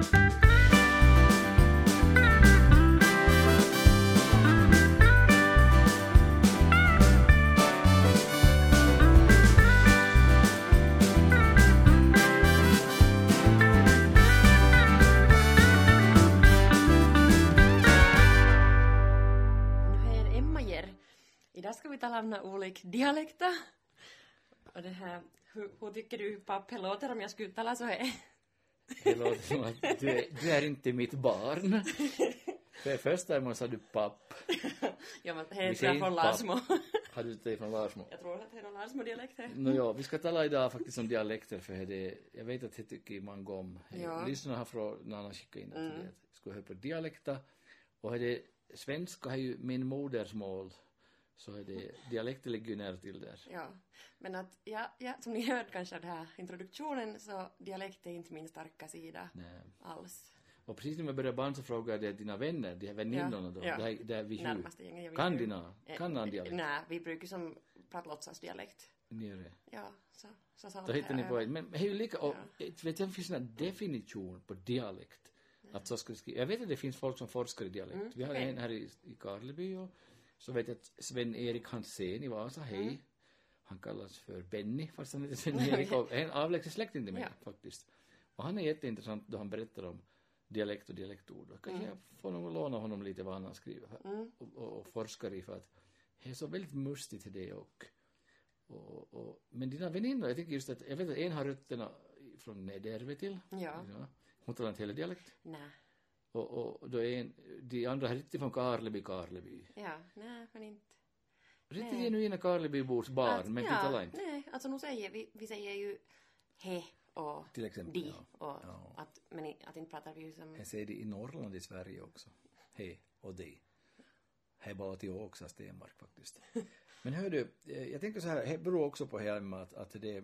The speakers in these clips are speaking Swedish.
Idag ska vi tala om olika dialekter. Och det här, hur tycker du pappa låter om jag skulle tala så här? Det låter som att du är inte mitt barn. För första gången sa du papp. Ja, men det är från Larsmo. Har du det från Larsmo? Jag tror att det är från Larsmo-dialekter. Ja, vi ska tala idag faktiskt om dialekter för det, jag vet att det tycker man om. Ja. Lyssnarna har frågat när han skickat in att vi ska höra på dialekter. Och det svenska är ju min modersmål. Så är det dialekter ligger nära till där. Ja, men att som ni hört kanske av den här introduktionen så dialekt är inte min starka sida. Nej. Alls. Och precis när vi börjar barn så frågar jag dina vänner, de här väninnorna då. Ja. Där vi Närmaste gänget. Kan någon dialekt? Nej, vi brukar som prata låtsasdialekt. Ni gör det? Ja, så Då hittar ni på ett. Men det är ju lika, och vet jag, det finns en definition på dialekt. Att så ska det skriva. Jag vet att det finns folk som forskar i dialekt. Vi har en här i Karleby och så vet jag att Sven-Erik Hansen i Vasa, hej. Han kallas för Benny, fast han heter Sven-Erik. Och en avlägsen släkt inte med faktiskt. Och han är jätteintressant då han berättar om dialekt och dialektord. Och kanske jag får nog låna honom lite vad han skriver och forskar i, för att det är så väldigt mustigt till det. Men dina väninnor, jag tycker just att, jag vet att en har rötterna från Nederve till. Ja. Hon talar inte hela dialekt. Nej. Och då är de andra här riktigt från Karleby. Ja, nej, men inte. Riktigt genuina Karlebybors barn, men inte talar inte. Nej, alltså nu säger vi säger ju he och till exempel, di och men att inte pratar vi ju som... Jag säger det i Norrland i Sverige också. He och di. He bara till också Stenmark faktiskt. Men hör du, jag tänker så här, det beror också på hemma att det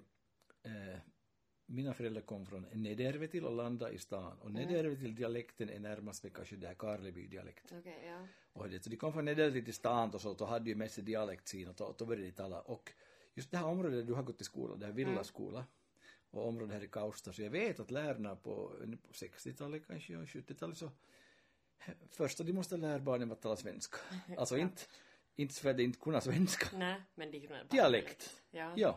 mina föräldrar kom från Nederve till och landa i stan. Och Nederve till dialekten är närmast med kanske det här Karleby-dialekt. Okej, ja. Och så de kom från Nederve till stan och så då hade ju mest dialekt sin och då började de tala. Och just det här området där du har gått i skola, det här villaskola och området här i Kausta, så jag vet att lärarna på 60-talet kanske och 70-talet så första de måste lära barnen att tala svenska. Alltså inte för att de inte kunna svenska. Nej, men de kunde dialekt. Ja.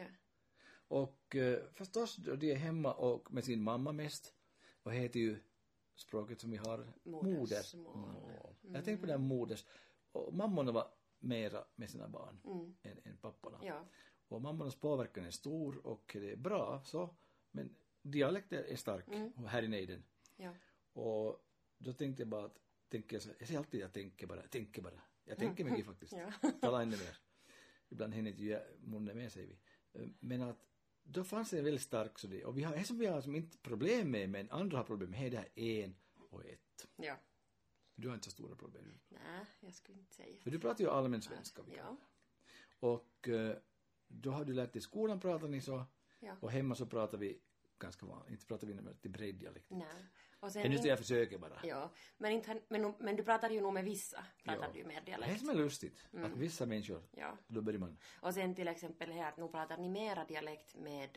Och förstås då de är hemma och med sin mamma mest och heter ju språket som vi har modersmål. Jag tänkte på det här moders. Och mammorna var mera med sina barn än papporna. Ja. Och mammornas påverkan är stor och det är bra så, men dialekten är stark här i nejden. Ja. Och då tänkte jag bara att jag säger alltid jag tänker bara. Jag tänker mycket faktiskt. Tala ännu mer. Ibland hinner inte jag munnen med, säger vi. Men att då fanns det en väldigt stark så det. Och vi har som inte problem med, men andra har problem med det här 1 och 1. Ja. Du har inte så stora problem. Nej, jag skulle inte säga. För du pratar ju allmän svenska. Ja. Och då har du lärt dig i skolan pratar ni så. Ja. Och hemma så pratar vi ganska vanligt. Inte pratar vi till bred dialekt. Nej. Och sen det är just det jag försöker bara. Ja, men du pratar ju nog med vissa. Pratar du med dialekt. Det är som är lustigt. Att vissa människor, då börjar man. Och sen till exempel här att nu pratar ni mera dialekt med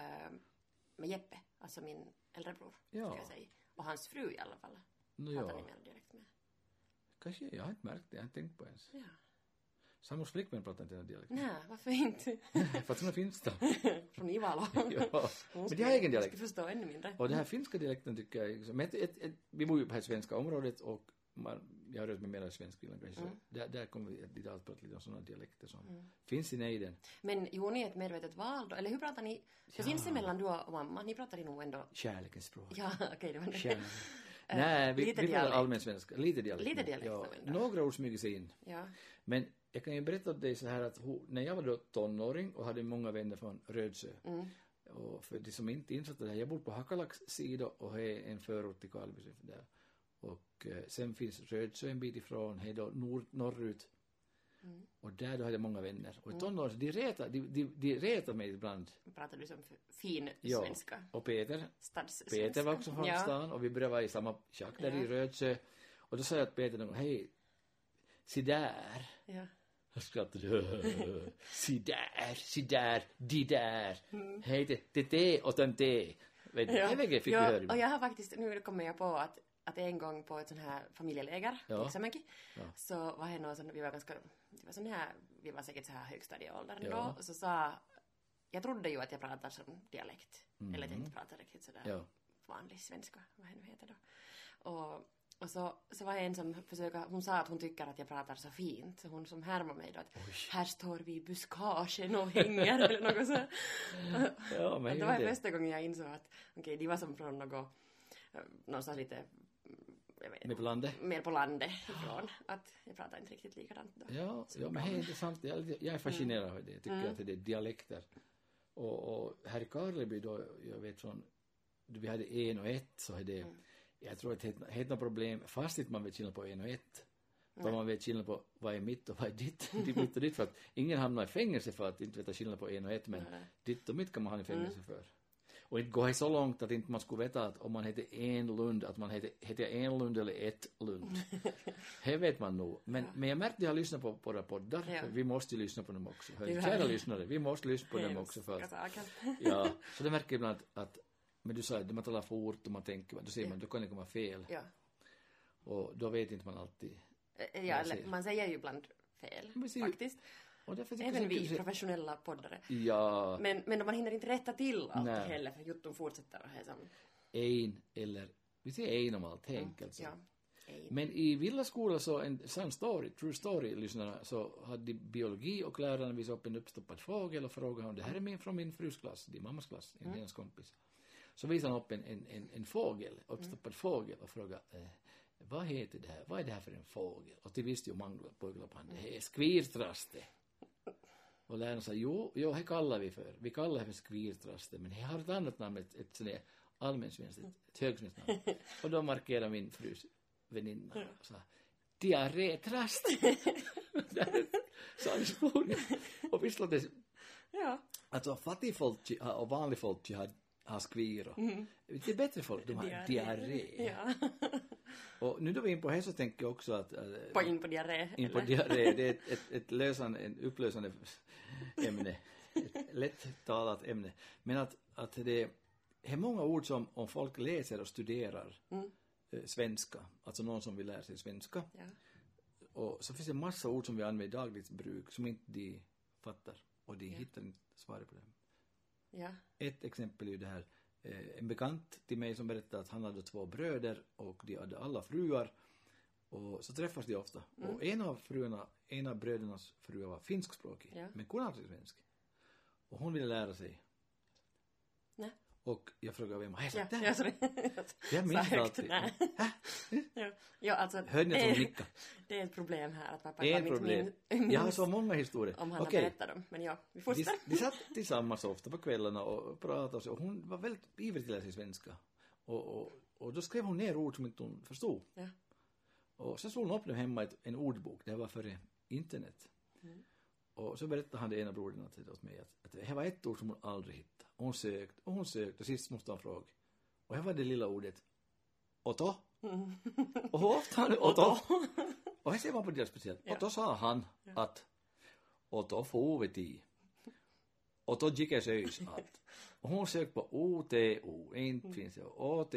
Jeppe. Alltså min äldre bror. Ska jag säga. Och hans fru i alla fall. Pratar ni mera dialekt med. Kanske, jag har inte märkt det. Jag har inte tänkt på ens. Ja. Samos flickvän pratar inte den dialekten. Nej, varför inte? För att hon är finsk då. Från Ivalo. Ja, men det har egen dialekt. Jag ska förstå ännu mindre. Och den här finska dialekten tycker jag, men vi bor ju på det svenska området och jag har rört mig mer i svenskvillan kanske så. Där kommer vi att prata lite om sådana dialekter som finns i nejden. Men gjorde ni ett medvetet val då? Eller hur pratar ni? Så sinsemellan du och mamma, ni pratar nog ändå... Kärlekens språk. Ja, okej, det var det. Nej, vi pratar allmän svenska. Lite dialekt. Ja, några ord smyger sig in. Ja. Men jag kan ju berätta åt dig så här att när jag var då tonåring och hade många vänner från Rödsö. Och för de som inte insatte det här, jag bor på Hakalaks sida och är en förort till Karleby där. Och sen finns Rödsö en bit ifrån, hej då norrut. Och där då hade jag många vänner. Och tonåring, de retar mig ibland. Pratar du som fin svenska? Och Peter Stadssvenska. var också från stan och vi började vara i samma schack där i Rödsö. Och då sa jag till Peter någon gång, hej, se där. Ja. Jag skrattade. Se där, de där. Hej, det och den det. vet du, det fick vi höra. Och jag har faktiskt, nu kommer jag på att en gång på ett sån här familjeläger, så var det någon sån, vi var säkert så här högstadieåldern då, och så sa, jag trodde ju att jag pratade som dialekt, eller tänkte prata riktigt sådär vanlig svenska, vad det nu heter då. Och så var det en som hon sa att hon tycker att jag pratar så fint, så hon som härmar mig då att här står vi i buskagen och hänger eller något så. Ja, men det var första gången jag insåg att de var som från någonstans lite mer på landet ifrån, att jag pratar inte riktigt likadant då. Ja, men det är intressant, jag är fascinerad av det, jag tycker att det är dialekter. Och här i Karleby då, jag vet från, vi hade 1 och 1, så är det, jag tror att det är något problem, fast inte man vet skillnad på 1 och 1. Då man vet skillnad på vad är mitt och vad är ditt, mitt och ditt, för att ingen hamnar i fängelse för att inte veta skillnad på 1 och 1, men ditt och mitt kan man ha i fängelse för. Och inte går det så långt att inte man skulle veta att om man heter Enlund, att man heter Enlund eller ett Lund. Det vet man nog. Men jag märkte att jag har lyssnat på våra poddar. Ja. Vi måste ju lyssna på dem också. Kära lyssnare, vi måste lyssna på dem också. Ja, så det märker ibland att men du sa att man talar fort och man tänker, då säger man, då kan det komma fel. Ja. Och då vet inte man alltid. Ja, eller man säger ju ibland fel, faktiskt. Och även vi professionella poddare. Ja. Men man hinner inte rätta till allt heller, för Jutton fortsätter att ha som... vi säger en om allt, enkelt. Ja. Men i Villaskola så en sann story, true story, lyssnarna, så hade biologi och lärarna visat upp en uppstoppad fågel och frågade om det här är från min frus klass, din mammas klass, hennes kompis. Så visade han upp en fågel, uppstoppad fågel, och frågade vad heter det här? Vad är det här för en fågel? Och det visste ju många pojkar på honom. Det är skvirtraste. Och lärarna sa, jo, det kallar vi för. Vi kallar det för skvirtraste. Men det har ett annat namn, ett sånt där allmänsvenskt, ett högsvenskt namn. Och då markerade min frus väninna och sa, diarrétrast. Så han slog. Och visst låter det... Ja. Alltså fattigfolk och vanlig folk har skvir och det är bättre folk, de har diarré. Ja. Och nu då vi är in på här så tänker jag också att... in på diarré. Det är ett upplösande ämne. Ett lätt talat ämne. Men att det är många ord som om folk läser och studerar svenska, alltså någon som vill lära sig svenska. Ja. Och så finns det en massa ord som vi använder i dagligt bruk som inte de fattar. Och de hittar inte svaret på dem. Ja. Ett exempel är ju det här, en bekant till mig som berättade att han hade 2 bröder och de hade alla fruar, och så träffas de ofta. Och en av brödernas fruar var finskspråkig, men kunde aldrig svensk. Och hon ville lära sig. Nej. Och jag frågade vem har sagt det? Jag minns alltid. Ja, alltså, hörde ni som nicka? Det är ett problem här att pappa inte minns. Jag har så många historier. Om han har berättat dem, men ja, vi fortsätter. De satt tillsammans ofta på kvällarna och pratade, och hon var väldigt ivrig till att lära sig svenska. Och då skrev hon ner ord som inte hon förstod. Ja. Och så slog hon upp dem hemma i en ordbok. Det var före internet. Och så berättade han det ena brodern åt mig att det var ett ord som hon aldrig hittade. Hon sökte och sist måste han fråga. Och här var det lilla ordet Otto. Och hur ofta han Otto. Och här ser man på det speciellt. Ja. Otto sa han att Otto får vi till. Otto gick söks att. Och hon sökte på OTO. Inte finns det.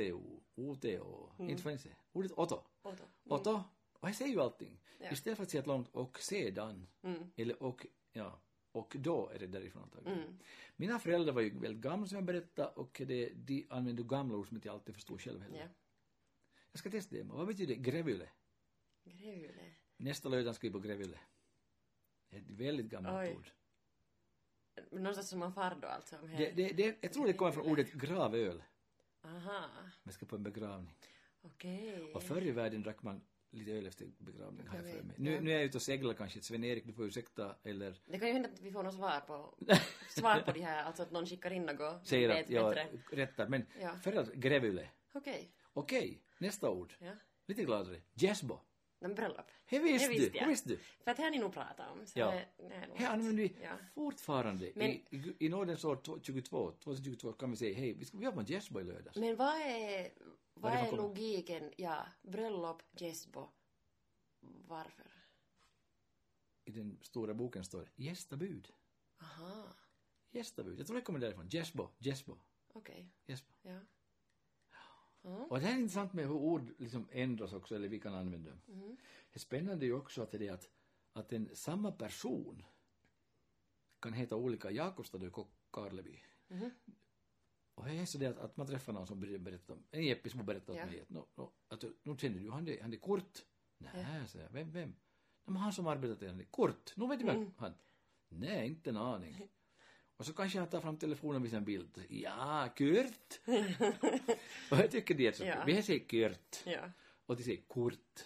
OTO. Inte finns det. Ordet Otto. Otto. Och här ser ju allting. Ja. Istället för att säga ett långt och sedan. Eller och då är det därifrån antagligen. Mina föräldrar var ju väldigt gamla som jag berättade, och de använde gamla ord som inte jag alltid förstod själv heller. Yeah. Jag ska testa det. Vad betyder grevyle? Grevyle? Nästa lördag ska vi på grevyle. Det är ett väldigt gammalt ord. Någonstans som man far då alltså? Jag tror det kommer från ordet gravöl. Aha. Man ska på en begravning. Okej. Och förr i världen drack man lite öl efter begravning här för mig. Nu är jag ute och seglar kanske. Sven-Erik, du får ursäkta, eller... Det kan ju hända att vi får något svar på det här. Alltså att någon skickar in och säger att jag rättar. Men för att grevyle. Okej. Nästa ord. Ja. Lite gladare. Jesbo. Men bröllop. Det visste du. För att det har ni nog pratat om. Så här använder vi fortfarande. Men, i nådens år 2022 kan vi säga, hej, vi har på en Jesbo i lördags. Men vad är logiken? Ja, bröllop, Jesbo. Varför? I den stora boken står gästabud. Aha. Gästabud. Jag tror det kommer därifrån. Jesbo. Okej. Jesper. Ja. Och det här är intressant med hur ord liksom ändras också, eller vi kan använda dem. Det är spännande ju också att det är att en samma person kan heta olika Jakobstad och Karleby. Och det är så det att man träffar någon som berättar om, en Jeppe som har berättat mig att nu känner du, han är kort. Nej, säger jag, vem? Nej, men han som arbetat i han är kort. Nu vet du vem han. Nej, inte en aning. Och så kanske han tar fram telefonen och visar en bild. Ja, Kurt. Och jag tycker det är så. Vi säger Kurt. Ja. Och de säger Kurt.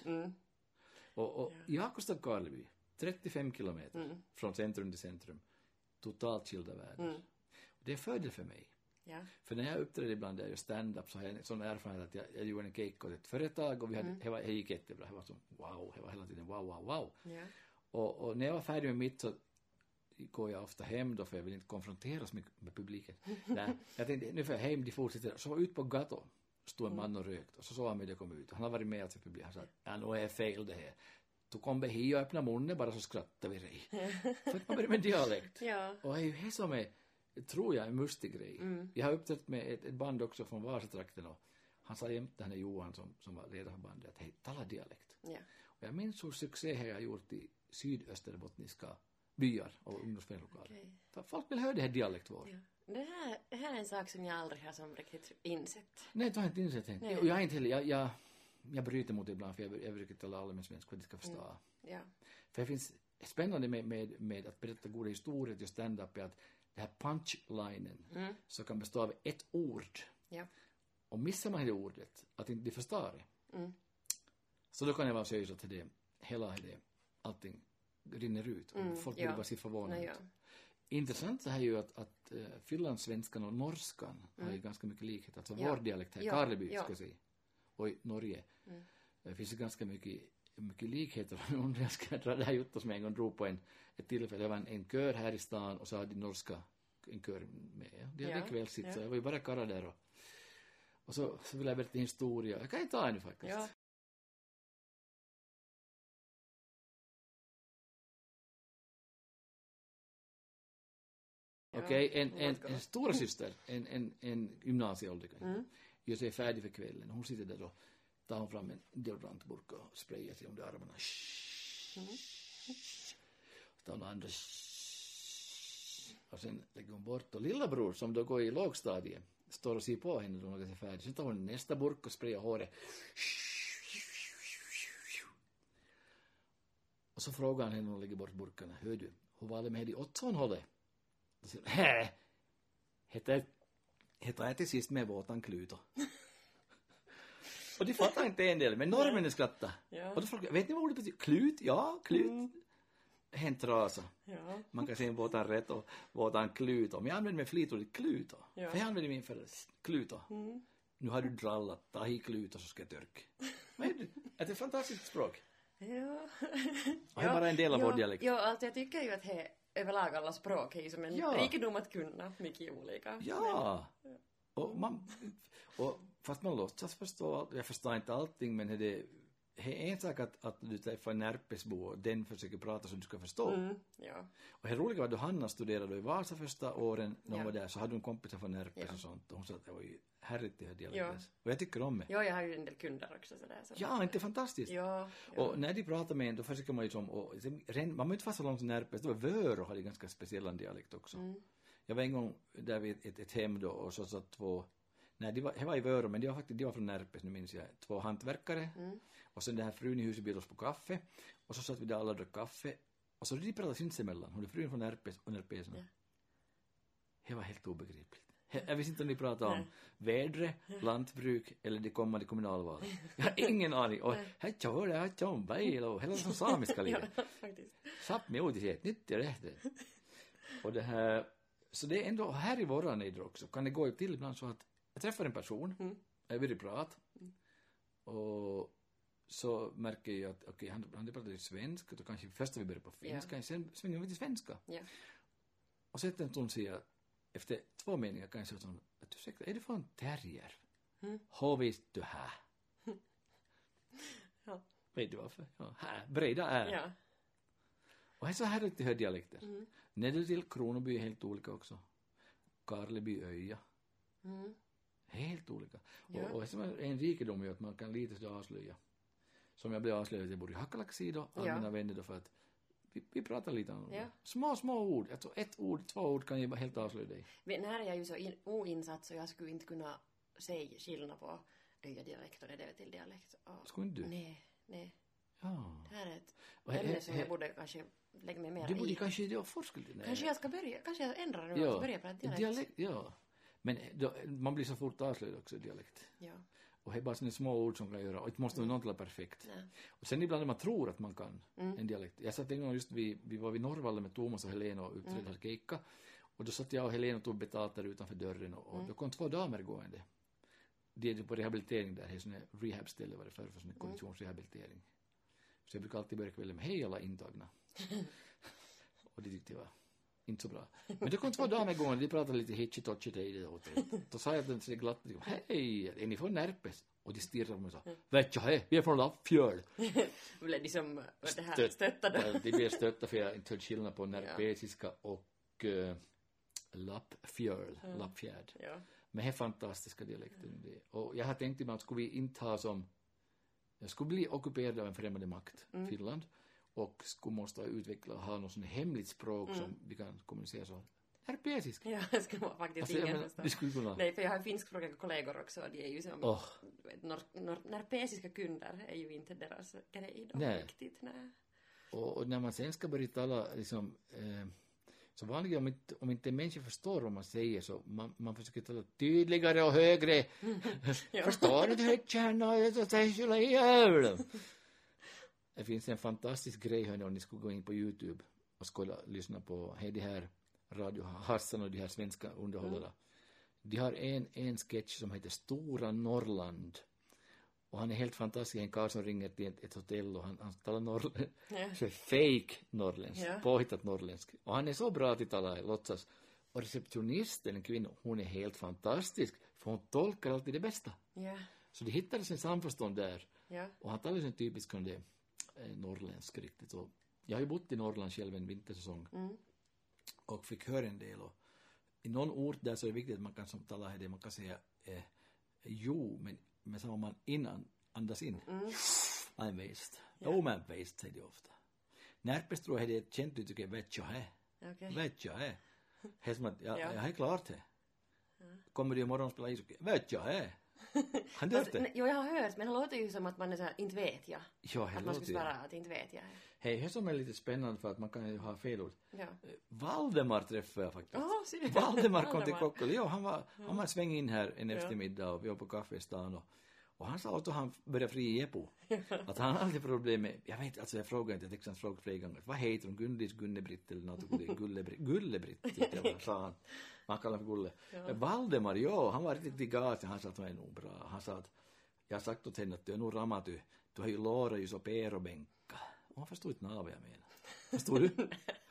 Och Jakobstad Karleby, 35 kilometer från centrum till centrum. Totalt skilda världar. Det är fördel för mig. Ja. För när jag uppträdde ibland där jag stand-up så har jag en sån erfarenhet att jag gjorde en cake åt ett företag och vi hade, det gick jättebra. Det var så wow, det var hela tiden wow. Ja. Och när jag var färdig med mitt så går jag ofta hem då för jag vill inte konfronteras med publiken. Nej, jag tänkte nu får jag hem, de fortsätter. Så ut på gatan stod en man och rökt och så såg han mig det kom ut. Han har varit med till publiken. Han sa, ja nu är fel det här. Du kom hit och öppna munnen bara så skrattar vi dig. För att man börjar med dialekt. Ja. Och det är ju det som är, tror jag, en mustig grej. Jag har uppträtt med ett band också från Vasatrakten och han sa jämt den här Johan som var ledare för bandet att hej, tala dialekt. Ja. Och jag minns hur succé jag har gjort i sydösterbottniska byar och ungdomsfällokaler. Okay. Folk vill höra det här dialektvår. Ja. Det här är en sak som jag aldrig har som riktigt insett. Nej, du har inte insett det. Och jag har inte heller, jag bryter mot det ibland för jag brukar tala allmän svenska för att de ska förstå. Ja. För det finns spännande med att berätta goda historier till stand-up är att det här punchlinen så kan bestå av ett ord. Ja. Och missar man det ordet, att inte de förstår det. Så då kan det vara så att allting rinner ut och folk blir bara se förvånade ut. Intressant så här är ju att finlandssvenskan och norskan har ju ganska mycket likhet. Alltså vår dialekt här, Karleby ska jag säga. Och i Norge finns det ganska mycket likheter. Jag ska dra det här jutto som jag en gång drog på ett tillfälle. Det var en kör här i stan och så hade de norska en kör med. Det hade kvällsitt så jag var ju bara karra där och så vill jag berätta en historia. Jag kan inte ta en faktiskt. Ja. Okej, en stora syster, en gymnasieålder. Jag ser färdig för kvällen. Hon sitter där och tar hon fram en deodorantburk och sprayar sig under armarna. Och tar hon andra. Och sen lägger hon bort. Och lilla bror som då går i lågstadiet står och ser på henne då hon är färdig. Sen tar hon nästa burk och sprayar håret. Och så frågar han henne när hon lägger bort burkarna. Hör du, hur var det med det i åttonhållet? Heter jag till sist med våtan kluto. Och de fattar inte en del, men norrmännen skrattar. Ja. Och då frågar jag, vet ni vad ordet betyder? Klut? Ja, klut. Hänt rasa. Ja. Man kan säga våtan rätt och våtan kluto. Men jag använder med flit ordet kluto. Ja. För jag använder min för kluto. Nu har du drallat, ta hit kluto så ska jag törka. Men är det ett fantastiskt språk? Ja. Och det är bara en del av vår dialekt. Ja, alltså jag tycker ju att det överlag alla språk är ju som en rikedom att kunna mycket olika. Ja. Och fast man låtsas förstå allt, jag förstår inte allting, men det är en sak att du träffar en närpesbo och den försöker prata så du ska förstå. Ja. Och det roliga var att Hanna studerade i Vasa första åren när hon var där så hade hon kompisar från Närpes och sånt och hon sa att det var ju härligt det här dialekten. Och jag tycker om det. Ja, jag har ju en del kunder också sådär. Så. Ja, inte fantastiskt. Ja. Och när de pratar med en då försöker man ju som, man var inte fast så långt som Närpes, det var Vörå hade ganska speciell dialekt också. Jag var en gång där vid ett hem då och så satt två, nej det var i Vörå men de var från Närpes, nu minns jag, två hantverkare och sen den här frun i huset bjöd oss på kaffe och så satt vi där alla och drack kaffe och så de pratade sinsemellan, hon är frun från Närpes och Närpeserna. Ja. Det var helt obegripligt. Jag visste inte om ni pratade om vädre, lantbruk eller det kommande kommunalval. Jag har ingen aning. Och här tjom, bail och hela som samiska livet. Ja, faktiskt. Sapp mig ut i det, nytt i rätt. Och det här, så det är ändå här i våra nedre också. Kan det gå till ibland så att jag träffar en person, jag börjar prata och så märker jag att okej, han pratar ju svenska, då kanske först vi börjar på finska, sen svänger vi till svenska. Ja. Och så efter en stund säger jag, efter 2 meningar kan jag säga att ursäkta, är du från terrier? Hur visst du här? Ja. Vet du varför? Ja, här, breda är. Ja. Och det är så här att det hör dialekter. När du till Kronoby är helt olika också. Karleby, Öja. Helt olika. Och det är en rikedom ju att man kan lite så avslöja. Som jag blev avslöjad att jag bor i Hakkalaksi av mina vänner då för att vi pratar lite om det. Små ord. Alltså 1 ord, 2 ord kan ju helt avslöja dig. Men här är jag ju så oinsatt så jag skulle inte kunna säga skillnad på öja-dialekt och det till dialekt. Skulle inte du? Nej. Ja. Det här är ett ämne som jag borde kanske lägga mig mer i. Du borde kanske forska lite. Kanske jag ändrar nu och börjar på dialekt. Ja. Men man blir så fort avslöjad också i dialekt. Ja. Och det är bara sådana små ord som kan göra. Och det måste vara något perfekt. Nej. Och sen ibland när man tror att man kan en dialekt. Jag satt en gång just vi var vid Norrvalla med Thomas och Helena och uppträdde Keikka. Och då satt jag och Helena och tog betalt där utanför dörren. Och då kom 2 damer gående. Det är på rehabilitering där. Det är sån här rehabställe var det för sån här konditionsrehabilitering. Så jag brukar alltid börja kvällen med hej alla intagna. Och det tyckte jag var inte så bra. Men det kom 2 damer gående, de pratade lite hitchitotchit i det hotellet. Då sa jag att det glatt, hej, är ni från Närpes? Och de stirrade på mig och sa, vet jag, hej, vi är från Lappfjöl. Blev de som det här stöttade? De blev stöttade för jag inte höll skillnad på närpesiska och Lappfjöl, Lappfjärd. Ja. Men det är fantastiska dialekter. Och jag har tänkt ibland, skulle vi inte ha som, jag skulle bli ockuperad av en främmande makt, Finland. Och skulle måste utveckla och ha något sånt hemligt språk som vi kan kommunicera så. Närpesisk. Ja, det ska vara faktiskt ingen förstå. Nej, för jag har finskspråkiga kollegor också. De är ju som närpesiska kunder är ju inte deras grej då riktigt. Nej. Och när man sen ska börja tala liksom, så vanligen om inte människor förstår vad man säger så man försöker tala tydligare och högre. Förstår du det kärna så säger jag jävla. Det finns en fantastisk grej hörni om ni skulle gå in på YouTube och skulle lyssna på de här Radio Hassan och de här svenska underhållarna. De har en sketch som heter Stora Norrland. Och han är helt fantastisk. En karl som ringer till ett hotell och han talar så fake norrländsk, påhittat norrländsk. Och han är så bra att tala låtsas. Och receptionisten, en kvinna, hon är helt fantastisk. För hon tolkar alltid det bästa. Så de hittade sin samförstånd där. Och han talar sin typisk om det norrländsk riktigt. Och jag har ju bott i Norrland själv en vintersäsong. Och fick höra en del. Och i någon ort där så är det viktigt att man kan som tala det. Man kan säga jo, men så om man andas in. I'm waste. Jo, men waste säger de ofta. Närpes tror jag det är ett känt uttryck. Vet jag är. Vet jag är. Det är som att jag är klart det. Kommer du imorgon och spela ishockey? Vet jag är. Han dört det? Jo, jag har hört, men det låter ju som att man är så här, inte vet jag. Ja, att man ska svara att inte vet jag. Hej, det som är lite spännande för att man kan ju ha fel ord. Valdemar träffade jag faktiskt. Valdemar kom till Kokkola. Ja, han var sväng in här en eftermiddag och vi var på kaffe i stan och han sa att han började fri i Epo. Att han hade problem med, jag vet alltså jag frågade inte, jag tänkte han frågade flera gånger. Vad heter hon? Gunlis, Gunnebritt eller något? Gullebritt, sa han. Man kallar för Gulle. Men Valdemar, han var riktigt i gasen. Han sa att han är nog bra. Han sa att, jag har sagt åt henne att du är nog rammat du har ju låra ju så perobänka. Och han förstod inte vad jag menar. Förstod du?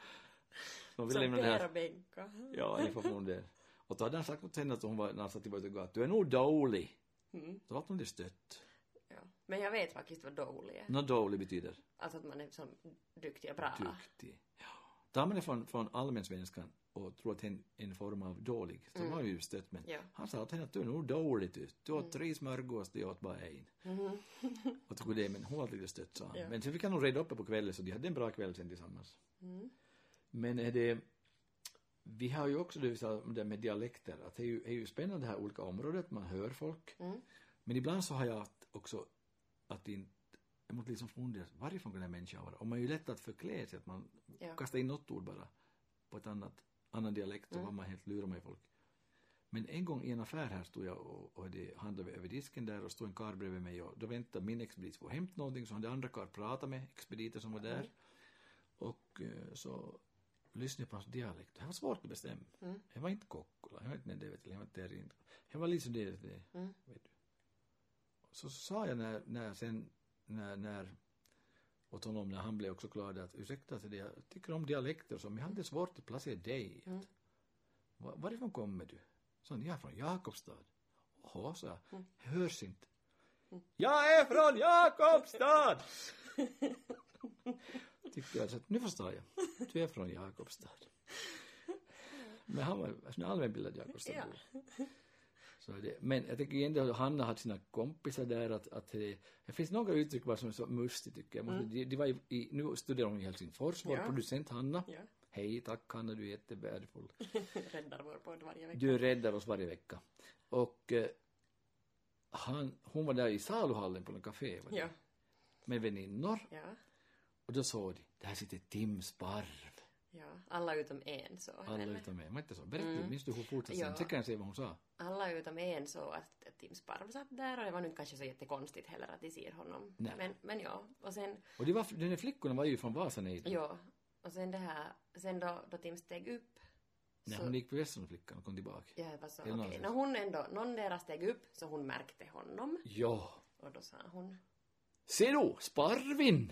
Som perobänka. Ja, jag får från det. Och då hade han sagt åt henne att hon var, när han satt tillbaka och gav, du är nog dålig. Då var hon det stött. Ja. Men jag vet faktiskt vad dålig är. Något dålig betyder? Alltså att man är som duktig och bra. Duktig. Ja. Tar man det från allmänsvenskan och tror att det är en form av dålig. Så var ju stött, men han sa att henne att du är nog dåligt ut. Du åt 3 smörgås, du åt bara en. Och tog det, men hon var lite stött, sa han. Men sen fick han nog reda uppe på kvällen, så de hade en bra kväll sen tillsammans. Men är det, vi har ju också det med dialekter, att det är ju spännande det här olika området, man hör folk. Men ibland så har jag också att jag måste liksom fundera, varifrån kan den människan vara? Och man är ju lätt att förklä sig, att man kastar in något ord bara på ett annan dialekt, så var man helt lurar med folk. Men en gång i en affär här stod jag och det handlade över disken där och stod en karl bredvid mig och då väntade min expedit på att hämta någonting, så hade andra karl pratat med expediter som var där. Och så lyssnade jag på hans dialekt. Det var svårt att bestämma. Det var inte Kokkola, jag vet inte det, det var inte där in. Det var liksom det, vet du. Så sa jag när åt honom, när han blev också klar att ursäkta sig, jag tycker om dialekter som jag hade svårt att placera dig. Varifrån kommer du? Så jag är från Jakobstad. Jaha, så jag. Hörs inte. Jag är från Jakobstad! Tyckte jag, så nu förstår jag. Du är från Jakobstad. Men han var en allmänbildad Jakobstad. Så är det. Men jag tycker ändå att Hanna hade sina kompisar där att det finns några uttryck bara som är så mustigt tycker jag. De var nu studerar hon i Helsingfors, vår producent Hanna. Ja. Hej, tack Hanna, du är jättevärdefull. Räddar vår podd varje vecka. Du räddar oss varje vecka. Och hon var där i saluhallen på en café med väninnor. Ja. Och då sa de, där sitter Tim Sparv. Ja, alla utom en så. Alla utom en, var inte så? Berätta, minns du hur fortsatt sen? Så kan jag se vad hon sa. Alla utom en så att Tim Sparv satt där och det var nu kanske så jättekonstigt heller att de ser honom. Men ja, och sen... Och den här flickorna var ju från Vasanejden. Ja, och sen det här, sen då Tim steg upp. Nej, hon gick på Västernflickan och kom tillbaka. Ja, det var så, okej. När hon ändå, någon deras steg upp så hon märkte honom. Ja. Och då sa hon... Se då, Sparvin!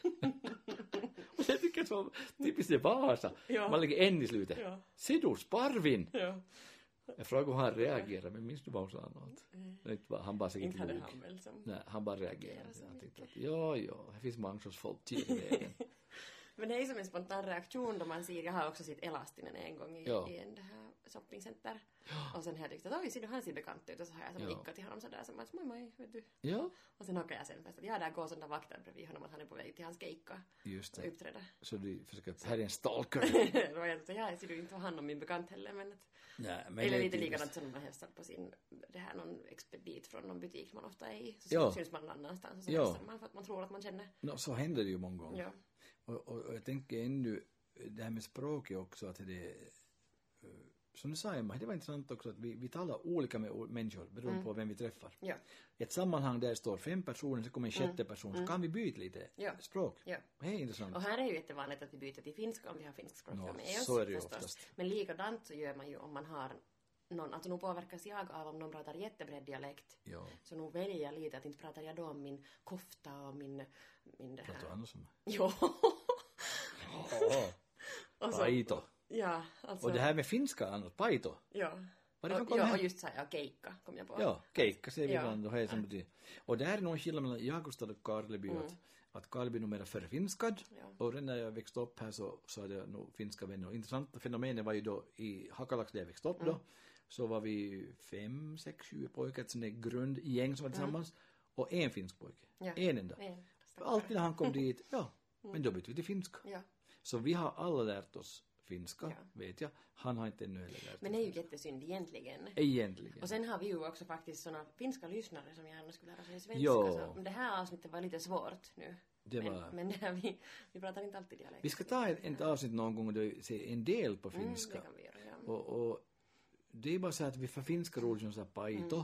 Och jag tycker att det var typiskt det Vasa. Ja. Man lägger en i slutet. Ja. Se då, Sparvin! Ja. Jag frågade hur han reagerade, men minns du vad hon sa något? Han bara säkert log. Han väl som... Nej, han bara reagerade. Han tänkte att ja, det finns många sorts folk till vägen. Men det är som en spontan reaktion då man ser, jag har också sett Elastinen en gång i en det här shoppingcenter. Ja. Och sen har jag tyckt att ser du, han ser bekant ut och så har jag som nickat till honom sådär som att moj, vet du. Ja. Och sen åker jag sen fast att där går sådana vakter bredvid honom att han är på väg till hans keikka. Just det. Och uppträda. Så du försöker att här är en stalker. Då var jag så ser du inte vad han om min bekant heller men att... Nej, men eller lite likadant som man hälsar på sin, det här någon expedit från någon butik man ofta är i. Så syns man någon annanstans och så hälsar man för att man tror att man känner. Så händer det ju många gånger. Ja. Och jag tänker ännu det här med språket också att det som du sa Emma, det var intressant också att vi talar olika med människor beroende på vem vi träffar. Ja. I ett sammanhang där står 5 personer så kommer en sjätte person så kan vi byta lite språk. Ja. Det är intressant. Och här är ju jättevanligt att vi byter till finska om vi har finskspråkiga med oss. Så är det ju oftast. Men likadant så gör man ju om man har någon, alltså nu påverkas jag av om någon pratar jättebred dialekt. Ja. Så nu väljer jag lite att inte pratar jag då om min kofta och min det här. Pratar du annars om? Jo. Paito. Ja, alltså. Och det här med finska annars, paito. Ja. Och just så här, keikka kom jag på. Ja, keikka säger vi ibland och det som betyder. Och det här är någon skillnad mellan Jakobstad och Karleby att Karleby numera förfinskad och redan när jag växte upp här så hade jag nog finska vänner. Och intressanta fenomenet var ju då i Hakalax där jag växte upp då så var vi 5, 6, 7 pojkar ett sånt där grundgäng som var tillsammans och en finsk pojke. Ja. En enda. Alltid när han kom dit, men då bytte vi till finska. Ja. Så vi har alla lärt oss finska, vet jag. Han har inte ännu heller lärt. Men det är ju jättesynd egentligen. Och sen har vi ju också faktiskt såna finska lyssnare som gärna skulle lära sig svenska. Så det här avsnittet var lite svårt nu. Men det vi pratar inte alltid dialekt. Vi ska ta ett avsnitt någon gång och se en del på finska. Det kan vi göra, och det är bara så att vi förfinskar ord som så paito,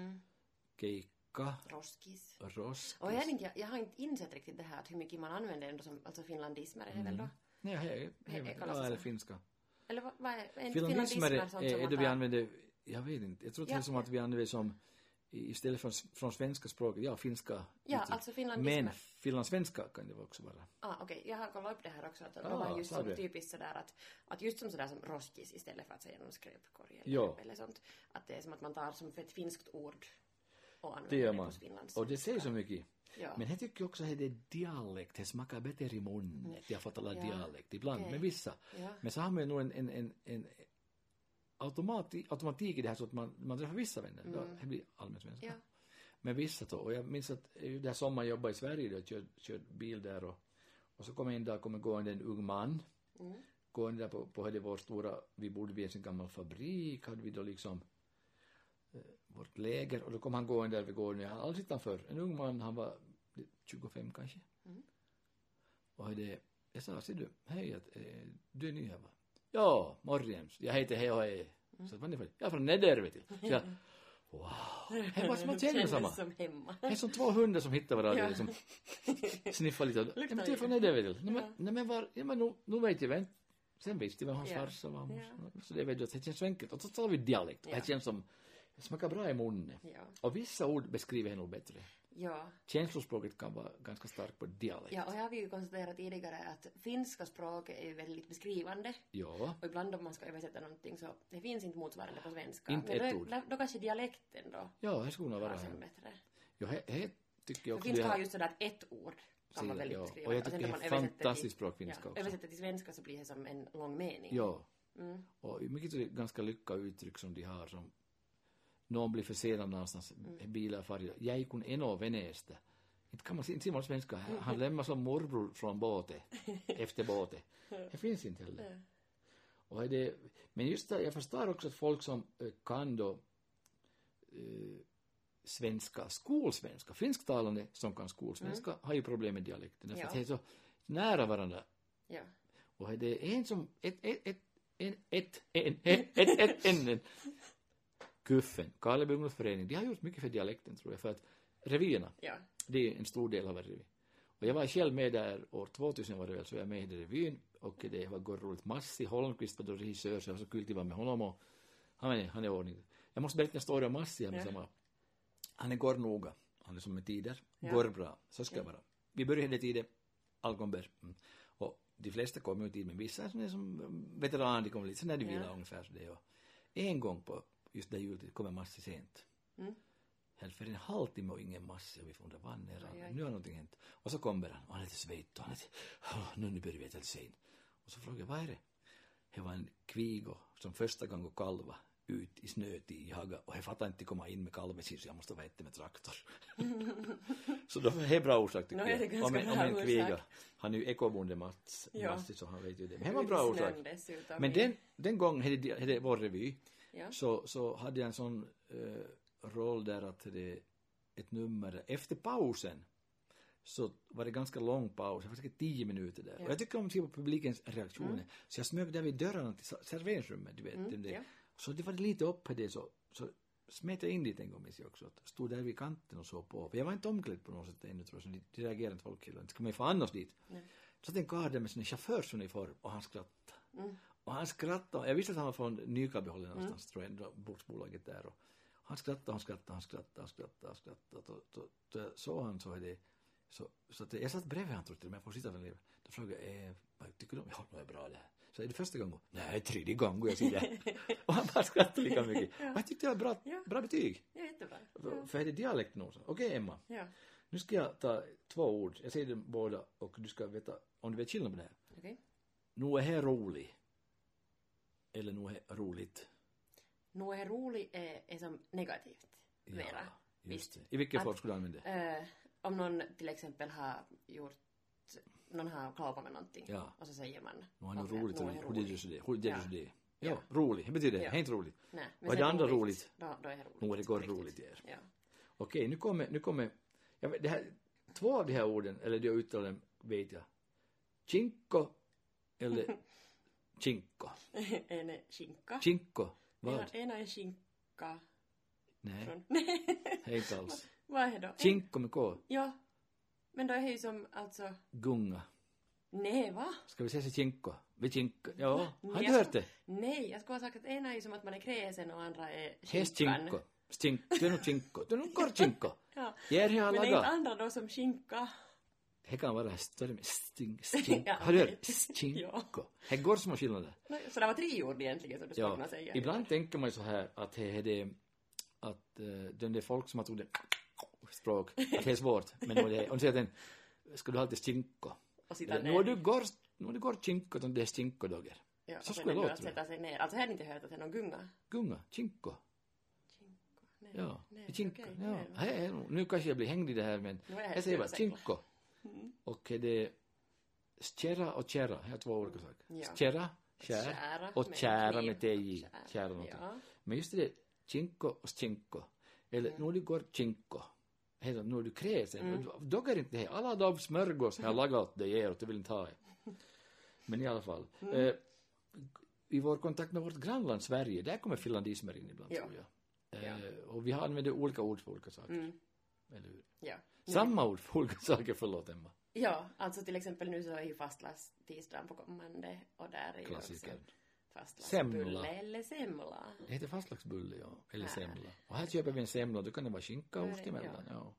keikka, roskis. Och jag har inte insett riktigt det här att hur mycket man använder ändå som alltså finlandismer är väl då? Nej, eller finska. Eller vad är en finlandismer är det vi använder, jag vet inte. Jag tror det är som att vi använder som istället från svenska språket, finska. Ja, alltså finlandismer. Men finlandssvenska kan det också vara. Okej. Jag har kollat upp det här också. Att det var just som typiskt sådär att just som sådär som roskis istället för att säga någon skräpkorg eller sånt. Att det är som att man tar som ett finskt ord och använder det på finlandssvenska. Och det säger så mycket. Ja. Men jag tycker också att det är dialekt. Det smakar bättre i munnen. Jag får tala dialekt ibland med vissa. Ja. Men så har man nog en automatik i det här så att man träffar vissa vänner. Det blir allmänt svenska. Ja. Men vissa då. Och jag minns att det här sommaren jobbade i Sverige då, körde bil där och så kom en dag gående en ung man. Gående där på vår stora, vi bodde vid en gammal fabrik, hade vi då liksom vårt läger och då kom han gående där vid gården. Jag hade aldrig sett han för. En ung man, han var 25 kanske. Och jag sa, ser du, hej, du är ny här va? Ja, morgens. Jag heter hej. Så vad är det? Jag är från Nedervet. Så jag, wow. Det var som att känna samma. Som hemma. Det är som 2 hundar som hittar varandra liksom. Sniffar lite. Men du är från Nedervet. Nej men nu vet jag vem. Sen visste jag vad hans farsa var. Så det vet jag att det känns så enkelt. Och så talar vi dialekt. Det känns som det smakar bra i munnen. Ja. Och vissa ord beskriver henne nog bättre. Ja. Känslospråket kan vara ganska starkt på dialekt. Ja, och jag har ju konstaterat tidigare att finska språket är väldigt beskrivande. Ja. Och ibland om man ska översätta någonting så det finns inte motsvarande på svenska. Inte men ett ord. Då kanske dialekten då. Ja, det skulle nog vara bättre. Ja, det tycker jag också. Finska har just sådär att ett ord kan vara väldigt beskrivande. Och jag tycker det är fantastiskt språk finska också. Översätter till svenska så blir det som en lång mening. Ja. Och mycket ganska lyckade uttryck som de har som någon blir försenad någonstans, bilar far. Jag gick eno veneestä. Inte kan man inte simma svenska. Han lämnar som morbror från båten, efter båten. Det finns inte heller. Och det, men just det, jag förstår också att folk som kan då svenska, skolsvenska, finsktalande som kan skolsvenska har ju problem med dialekten. Därför att det är så nära varandra. Ja. Och det är en som en Kuffen, Karleby ungdomsförening, de har gjort mycket för dialekten tror jag, för att revyerna, det är en stor del av revy. Och jag var själv med där år 2000 var det väl, så jag med i revyn och det var roligt. Massi Holmqvist var då regissör, så det var så kul att vara med honom och han är ordning. Jag måste berätta en story om Massi med samma. Han är går noga, han är som med tider, går bra, så ska jag vara. Vi började tider, Alkomber, och de flesta kommer ju tid, men vissa som är som veteran, de kommer lite så när de vill ungefär så det. Och en gång på just där jultid kommer Massi sent. Helt för en halvtimme och ingen Massi och vi får undra vad nu har någonting hänt. Och så kommer han och han är lite svett och han är lite, nu börjar vi helt sent. Och så frågar jag, vad är det? Det var en kvigo som första gången kalva ut i snötid i Haga och jag fattar inte komma in med kalven så jag måste vara ute med traktor. Så då är det bra orsak tycker jag. Om en kviga. Han är ju ekobonde Massi så han vet ju det. Men det var bra orsak. Men den gången hade vår revy så hade jag en sån roll där att det ett nummer efter pausen så var det ganska lång paus, det var säkert 10 minuter där. Och jag tycker om att se på publikens reaktioner. Så jag smög där vid dörrarna till serveringsrummet, du vet. Det. Så det var lite upp på det så smet jag in dit en gång med sig också. Stod där vid kanten och så på. För jag var inte omklädd på något sätt ännu tror jag, så det reagerade inte folk. Inte ska man ju få annars dit. Så att en karl där med sin chaufförsuniform och han skrattade. Och han skrattade. Jag visste att han var från Nykabyhållen någonstans, tror jag, bordsbolaget där. Och han skrattade. Då såg han så är det. Så att jag satt bredvid han trodde, men jag får sitta med. Då frågade jag, vad tycker du om? Ja, det är bra det här. Så är det första gången? Nej, 3:e gången jag sitter. Och han bara skrattade lika mycket. Och jag tyckte det var bra betyg. Ja, jättebra. För är det dialekt nog? Okej, Emma. Ja. Nu ska jag ta 2 ord. Jag säger dem båda och du ska veta om du vet skillnad på det här. Okej. Nu är här rolig. Eller nu är roligt. Nu är rolig är som negativt. Mera. Just det. I vilken form skulle du använda det? Om någon till exempel har gjort någon har klagat med någonting och så säger man nu är det roligt. Hur det är det? Ja, roligt. Det betyder det. Helt roligt. Nej, och det andra roligt. Då är det roligt. Nu är det går roligt där. Ja. Okej, nu kommer det här 2 av de här orden eller de uttalen vet jag. Chinko eller chinko. En är skinka. Chinko. Vad? En är skinka. Nej. Helt alls. Vad är det då? Chinko med K. Ja. Men då är det ju som alltså gunga. Nej, va? Ska vi säga chinko? Vi chinko. Ja, har du hört det? Nej, jag skulle ha sagt att ena är ju som att man är kräsen och andra är skinkan. Det är nog chinko. Det är nog kort chinko. Ja. Men är inte andra då som skinka? Det kan vara större med stinko. Har du hört? Stinko. Det går som skillnader. Så det var 3 ord egentligen som du skulle kunna säga. Ibland tänker man ju så här att det är den där folk som har tagit språk att det är svårt. Men om du säger den ska du alltid stinko. Nu har du går chinko utan det är stinko-dogger. Ja, så skulle det låta. Att sätta sig ner. Alltså jag hade inte hört att det är någon gunga. Gunga, chinko. Nej. Ja, nej, chinko. Okay, ja. Hey, nu kanske jag blir hängd i det här men jag säger bara chinko. Och det är stjära och kära. Jag har 2 olika saker. Ja. Stjära, kär och kära med tej. Kära någonting. Ja. Men just det chinko och stinko. Eller nu går chinko. Hela nu du kräsen. Doggar inte det. Alla de smörgås har lagat det ger och du vill inte ha det. Men i alla fall. I vår kontakt med vårt grannland Sverige, där kommer finlandismer in ibland tror jag. Och vi har använt olika ord för olika saker. Eller hur? Ja. Samma ord för olika saker, förlåt Emma. Ja, alltså till exempel nu så är ju fastlagstisdagen på kommande och där är ju klassiker. Fastlagsbulle eller semla. Det heter fastlagsbulle, eller semla. Och här köper vi en semla, då kan det vara skinka och ost emellan. Ja.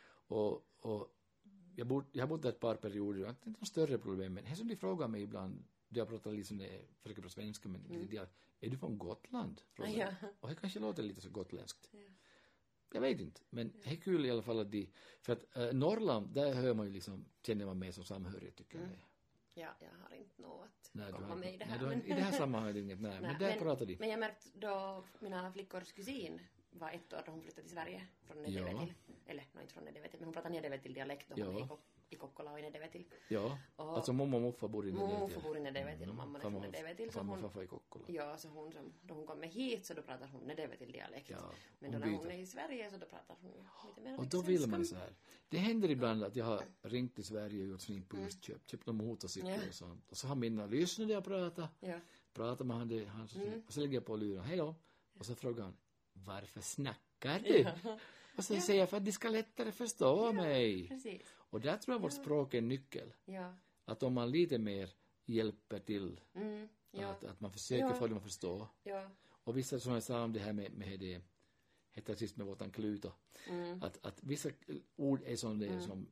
Och jag har bott där ett par perioder, det är inte något större problem, men det som de frågar mig ibland, jag pratar liksom det, försöker på svenska, men är du från Gotland? Ja. Och det kanske låter lite så gotländskt. Ja. Jag vet inte, men det är kul i alla fall att för att Norrland, där hör man ju liksom, känner man med som samhörighet tycker jag. Ja, jag har inte något komma med i det här. I det här sammanhanget inget, men där pratar de. Men jag märkte då mina flickors kusin var 1 år då hon flyttade till Sverige från Nedevetil. Eller, inte från Nedevetil, men hon pratade Nedevetil-dialekt då hon är i Kokkola och i Nedevetil. Ja, alltså mamma och morfar bor i Nedevetil. Morfar bor i Nedevetil och mamma är från Nedevetil. Farmor och farfar i Kokkola. Ja, så hon då hon kommer hit så då pratar hon Nedevetil-dialekt. Ja, men då när hon är i Sverige så då pratar hon lite mer och då vill man så här. Det händer ibland att jag har ringt till Sverige och gjort sån impulsköp, köpt någon motorcykel och sånt. Och så har mina lyssnare jag pratat. Ja. Pratar med han och så lägger jag på luren. Hej då. Och så frågar han, varför snackar du? Ja. Och så säger jag för att de ska lättare förstå mig. Precis. Och där tror jag vårt språk är en nyckel. Ja. Att om man lite mer hjälper till att man försöker få dem att förstå. Ja. Och vissa som jag sa om det här med det heter sist med vårt kluto. Att vissa ord är som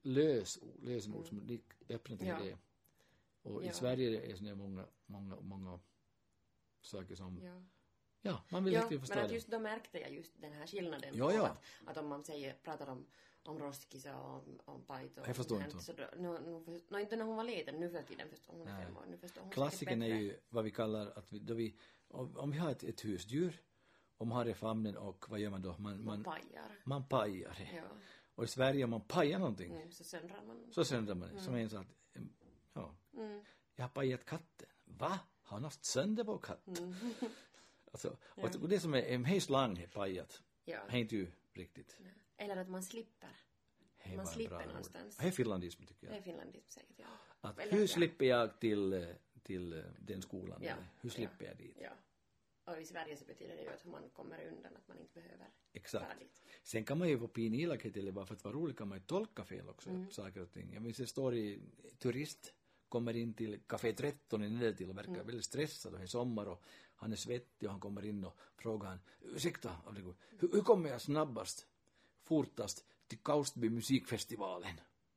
lösenord som öppnar till det. Och i Sverige är det många saker som man vill inte förstå. Men att just då märkte jag just den här skillnaden. Att om man pratar om roskisa och om pajt och jag förstår inte. Så då, inte när hon var liten, nu för tiden förstår hon 5 år. Nu förstår hon klassiken är ju vad vi kallar att om vi har ett husdjur, om man har det i famnen och vad gör man då? Man pajar det. Ja. Och i Sverige om man pajar någonting så söndrar man. Som en sån att jag har pajat katten. Va? Har han haft sönder på katten? Alltså, och det som är en hej slang pajat. Det är inte ju riktigt. Nej. Eller att man slipper. Man slipper någonstans. Det är finlandism tycker jag. Det är finlandism säkert, ja. Att hur slipper jag till den skolan? Ja. Hur slipper jag dit? Ja. Och i Sverige så betyder det ju att man kommer undan, att man inte behöver vara dit. Sen kan man ju få pinilakhet eller bara för att vara rolig kan man ju tolka fel också. Saker och ting. Jag minns det står i turist kommer in till Café 13 i Nedetil och verkar väldigt stressad och är sommar och han är svettig och han kommer in och frågar han, ursäkta, hur kommer jag fortast till Kaustby musikfestivalen?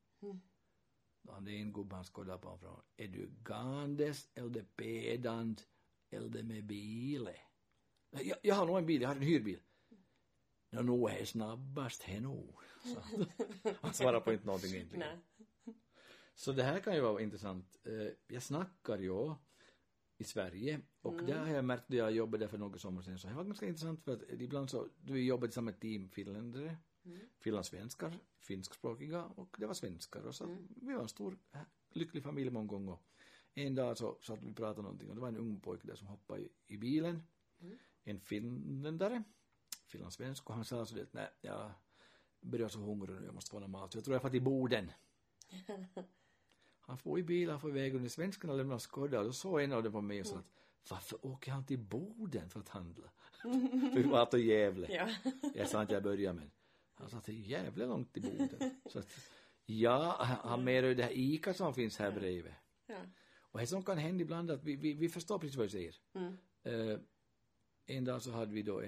Då han är en gubbe han skådar på honom från, är du gandes eller pedant eller med bil? Jag har nog en bil, jag har en hyrbil. Nog är snabbast henne. Han svarar på inte någonting egentligen. Så det här kan ju vara intressant. Jag snackar ju i Sverige och där har jag märkt att jag jobbade för några sommar sedan så det var ganska intressant för att ibland så du jobbade tillsammans med team finländare, finlandssvenskar, finskspråkiga och det var svenskar och så vi var en stor lycklig familj många gånger. En dag så att vi pratade någonting och det var en ung pojke där som hoppade i bilen, en finländare, finlandssvensk och han sa så att nej, jag börjar så hungrig nu, jag måste få någon mat. Jag tror jag får till Boden. Han får i bilen, får iväg och när svenskarna lämnar Skåda och då såg en av dem på mig och sa att varför åker han till Boden för att handla? För vi var till Gävle. Jag sa att jag börjar med. Han sa att det är jävla långt till Boden. Så att, han menar ju det här Ica som finns här bredvid. Och det som kan hända ibland att vi förstår precis vad du säger. En dag så hade vi då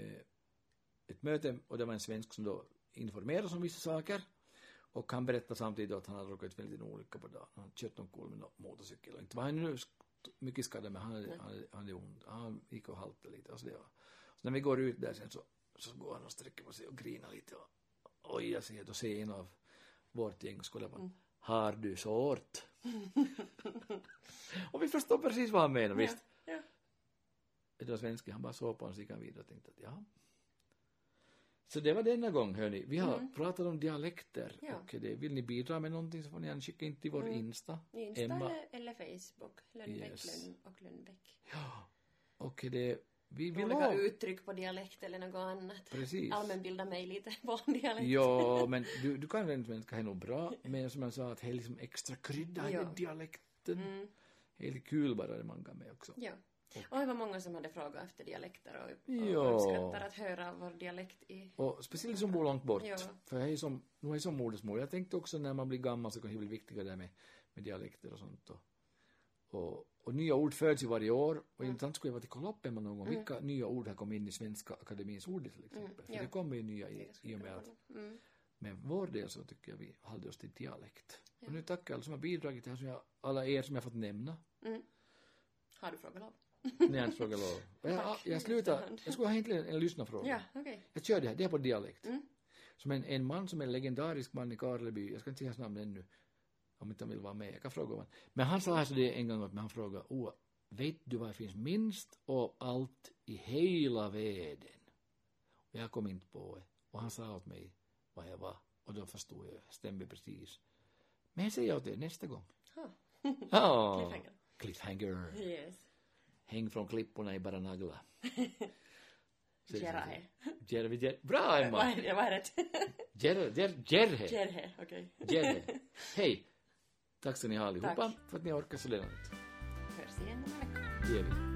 ett möte och det var en svensk som då informerade oss om vissa saker. Och han berättade samtidigt att han hade råkat väldigt en olycka på dagen. Han kört någon cool med någon motorcykel. Inte var han nu mycket skadad men han hade ont. Han gick och haltade lite. Så när vi går ut där sen så går han och sträcker på sig och grinar lite. Och jag ser då ser en av vårt gäng och skulle på har du sårt? Och vi förstår precis vad han menar, visst? Ja. Det var svenska, han bara såg på honom och gick han vidare och tänkte att Så det var denna gång, hörni. Vi har pratat om dialekter. Ja. Och vill ni bidra med någonting så får ni gärna skicka in till vår Insta. Emma. Eller Facebook. Lönnbäck, Lönn och Lönnbäck. Ja. Och vi vill olika uttryck på dialekt eller något annat. Precis. Allmänbilda mig lite på dialekt. Ja, men du kan rent svenska är nog bra. Men som jag sa, att det är liksom extra krydda i dialekten. Helt kul bara det man kan med också. Ja. Och det var många som hade frågat efter dialekter och uppskattar att höra vår dialekt i. Och speciellt som bor långt bort. Ja. För jag är som modersmål. Jag tänkte också när man blir gammal så kan det bli viktigare där med dialekter och sånt. Och nya ord föds ju varje år. Och intressant skulle jag vara till Kolopema någon gång. Vilka nya ord har kommit in i Svenska Akademins ord till exempel. För det kommer ju nya i och med att. Men vår del så tycker jag vi håller oss till dialekt. Ja. Och nu tackar alla som har bidragit till här, alla er som jag fått nämna. Har du frågelov? Nej, jag inte frågar lov. Jag slutar. Jag skulle ha egentligen en lyssnarfråga. Ja, okay. Jag kör det här på dialekt. Som en man som är en legendarisk man i Karleby. Jag ska inte säga hans namn ännu. Om inte han vill vara med. Jag kan fråga honom. Men han sa här så det en gång att han frågade. Vet du vad det finns minst av allt i hela världen? Jag kom inte på det. Och han sa åt mig vad jag var. Och då förstod jag, stämmer precis. Men jag säger åt det nästa gång. Cliffhanger. Cliffhanger. Yes. Häng från klipporna i bara nagla. Jerhe. Bra, Emma. Jag var rätt. Jerhe. Okej. Jerhe. Hej. Tack ska ni ha allihopa för att ni orkar så länge. Hörs igen om en vecka. Det gör vi.